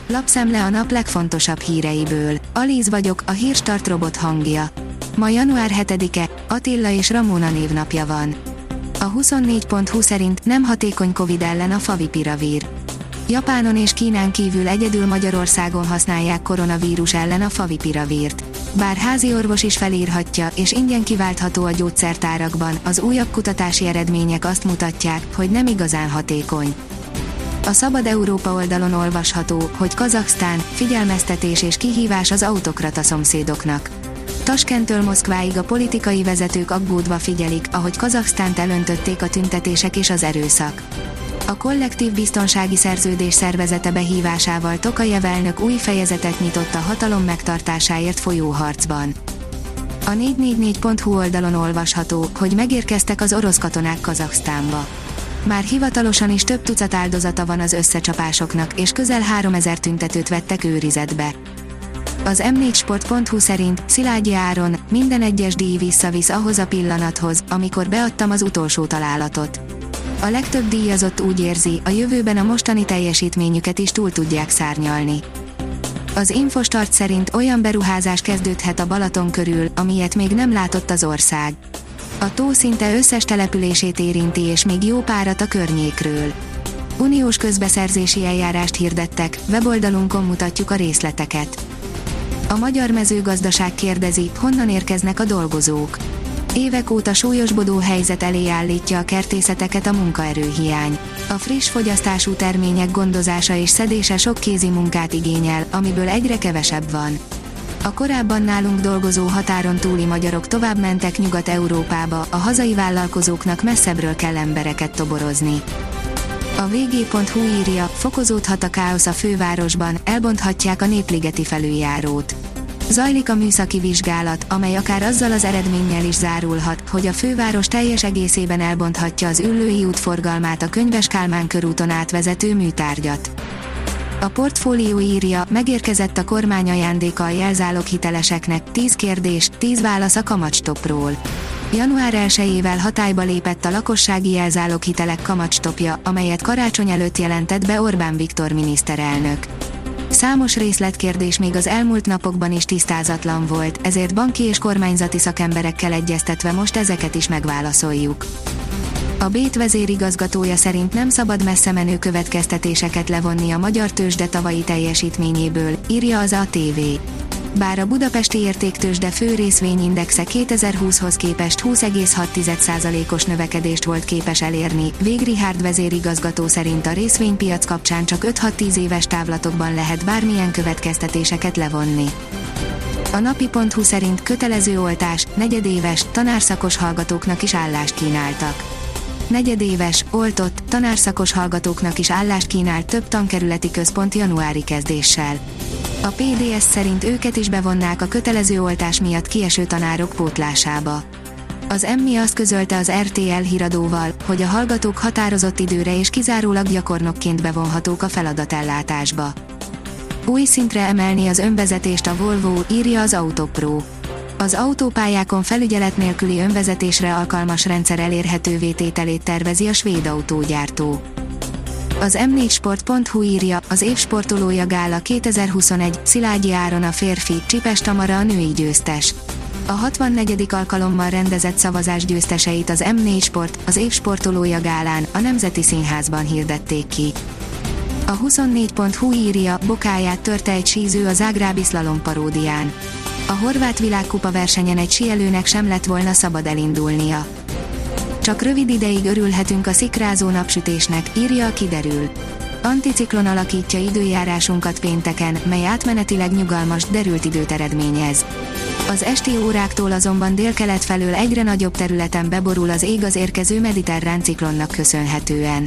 Lapszemle a nap legfontosabb híreiből. Alíz vagyok, a Hírstart robot hangja. Ma január 7-e, Attila és Ramóna névnapja van. A 24.hu szerint nem hatékony Covid ellen a Favipiravir. Japánon és Kínán kívül egyedül Magyarországon használják koronavírus ellen a Favipiravirt. Bár házi orvos is felírhatja és ingyen kiváltható a gyógyszertárakban, az újabb kutatási eredmények azt mutatják, hogy nem igazán hatékony. A Szabad Európa oldalon olvasható, hogy Kazahsztán, figyelmeztetés és kihívás az autokrata szomszédoknak. Taskenttől Moszkváig a politikai vezetők aggódva figyelik, ahogy Kazahsztánt elöntötték a tüntetések és az erőszak. A kollektív biztonsági szerződés szervezete behívásával Tokajev elnök új fejezetet nyitott a hatalom megtartásáért folyó harcban. A 444.hu oldalon olvasható, hogy megérkeztek az orosz katonák Kazahsztánba. Már hivatalosan is több tucat áldozata van az összecsapásoknak, és közel 3000 tüntetőt vettek őrizetbe. Az m4sport.hu szerint Szilágyi Áron minden egyes díj visszavisz ahhoz a pillanathoz, amikor beadtam az utolsó találatot. A legtöbb díjazott úgy érzi, a jövőben a mostani teljesítményüket is túl tudják szárnyalni. Az Infostart szerint olyan beruházás kezdődhet a Balaton körül, amilyet még nem látott az ország. A tó szinte összes települését érinti és még jó párat a környékről. Uniós közbeszerzési eljárást hirdettek, weboldalunkon mutatjuk a részleteket. A magyar mezőgazdaság kérdezi, honnan érkeznek a dolgozók. Évek óta súlyosbodó helyzet elé állítja a kertészeteket a munkaerőhiány. A friss fogyasztású termények gondozása és szedése sok kézi munkát igényel, amiből egyre kevesebb van. A korábban nálunk dolgozó határon túli magyarok tovább mentek Nyugat-Európába, a hazai vállalkozóknak messzebbről kell embereket toborozni. A vg.hu írja, fokozódhat a káosz a fővárosban, elbonthatják a Népligeti felüljárót. Zajlik a műszaki vizsgálat, amely akár azzal az eredménnyel is zárulhat, hogy a főváros teljes egészében elbonthatja az Üllői út forgalmát a Könyves Kálmán körúton átvezető műtárgyat. A Portfólió írja, megérkezett a kormány ajándéka a jelzáloghiteleseknek, 10 kérdés, 10 válasz a kamatstopról. Január 1-ével hatályba lépett a lakossági jelzáloghitelek kamatstopja, amelyet karácsony előtt jelentett be Orbán Viktor miniszterelnök. Számos részletkérdés még az elmúlt napokban is tisztázatlan volt, ezért banki és kormányzati szakemberekkel egyeztetve most ezeket is megválaszoljuk. A Bét vezérigazgatója szerint nem szabad messze menő következtetéseket levonni a magyar tőzsde tavalyi teljesítményéből, írja az ATV. Bár a budapesti értéktőzsde fő részvényindexe 2020-hoz képest 20,6%-os növekedést volt képes elérni, Vég Rihárd vezérigazgató szerint a részvénypiac kapcsán csak 5-6-10 éves távlatokban lehet bármilyen következtetéseket levonni. A napi.hu szerint kötelező oltás, negyedéves, tanárszakos hallgatóknak is állást kínáltak. Negyedéves, oltott, tanárszakos hallgatóknak is állást kínált több tankerületi központ januári kezdéssel. A PDS szerint őket is bevonnák a kötelező oltás miatt kieső tanárok pótlásába. Az M.Mi. azt közölte az RTL híradóval, hogy a hallgatók határozott időre és kizárólag gyakornokként bevonhatók a feladatellátásba. Új szintre emelni az önvezetést a Volvo, írja az Autopro. Az autópályákon felügyelet nélküli önvezetésre alkalmas rendszer elérhetővé tételét tervezi a svéd autógyártó. Az m4sport.hu írja, az év sportolója gála 2021, Szilágyi Áron a férfi, Csipes Tamara a női győztes. A 64. alkalommal rendezett szavazás győzteseit az M4 Sport, az év sportolója gálán, a Nemzeti Színházban hirdették ki. A 24.hu írja, bokáját törte egy síző a zágrábi szlalom paródián. A horvát világkupa versenyen egy síelőnek sem lett volna szabad elindulnia. Csak rövid ideig örülhetünk a szikrázó napsütésnek, írja a Kiderül. Anticiklon alakítja időjárásunkat pénteken, mely átmenetileg nyugalmas, derült időt eredményez. Az esti óráktól azonban délkelet felől egyre nagyobb területen beborul az ég az érkező mediterrán ciklonnak köszönhetően.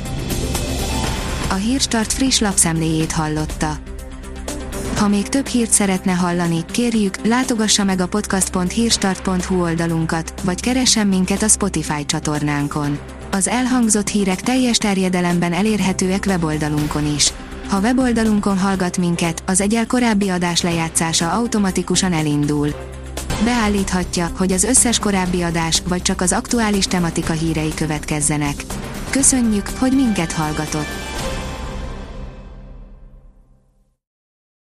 A Hírstart friss lapszemléjét hallotta. Ha még több hírt szeretne hallani, kérjük, látogassa meg a podcast.hírstart.hu oldalunkat, vagy keressen minket a Spotify csatornánkon. Az elhangzott hírek teljes terjedelemben elérhetőek weboldalunkon is. Ha weboldalunkon hallgat minket, az egyel korábbi adás lejátszása automatikusan elindul. Beállíthatja, hogy az összes korábbi adás, vagy csak az aktuális tematika hírei következzenek. Köszönjük, hogy minket hallgatott!